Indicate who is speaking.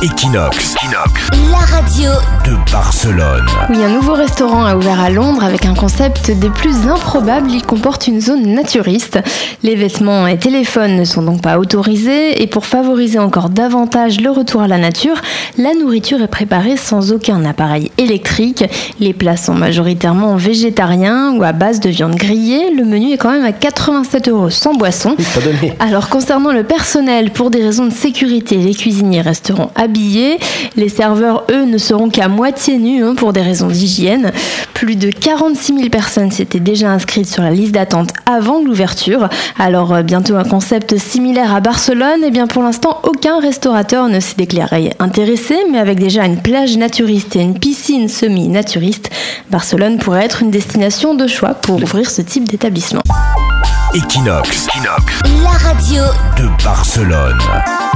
Speaker 1: Equinox, la radio de Barcelone.
Speaker 2: Oui, un nouveau restaurant a ouvert à Londres avec un concept des plus improbables. Il comporte une zone naturiste. Les vêtements et téléphones ne sont donc pas autorisés. Et pour favoriser encore davantage le retour à la nature, la nourriture est préparée sans aucun appareil électrique. Les plats sont majoritairement végétariens ou à base de viande grillée. Le menu est quand même à 87 € sans boisson.
Speaker 3: Pas donné.
Speaker 2: Alors concernant le personnel, pour des raisons de sécurité, les cuisiniers resteront habillés. Les serveurs, eux, ne seront qu'à moitié nus pour des raisons d'hygiène. Plus de 46 000 personnes s'étaient déjà inscrites sur la liste d'attente avant l'ouverture. Alors bientôt un concept similaire à Barcelone. Et bien pour l'instant, aucun restaurateur ne s'est déclaré intéressé, mais avec déjà une plage naturiste et une piscine semi-naturiste, Barcelone pourrait être une destination de choix pour ouvrir ce type d'établissement.
Speaker 1: Equinox,
Speaker 4: la radio
Speaker 1: de Barcelone.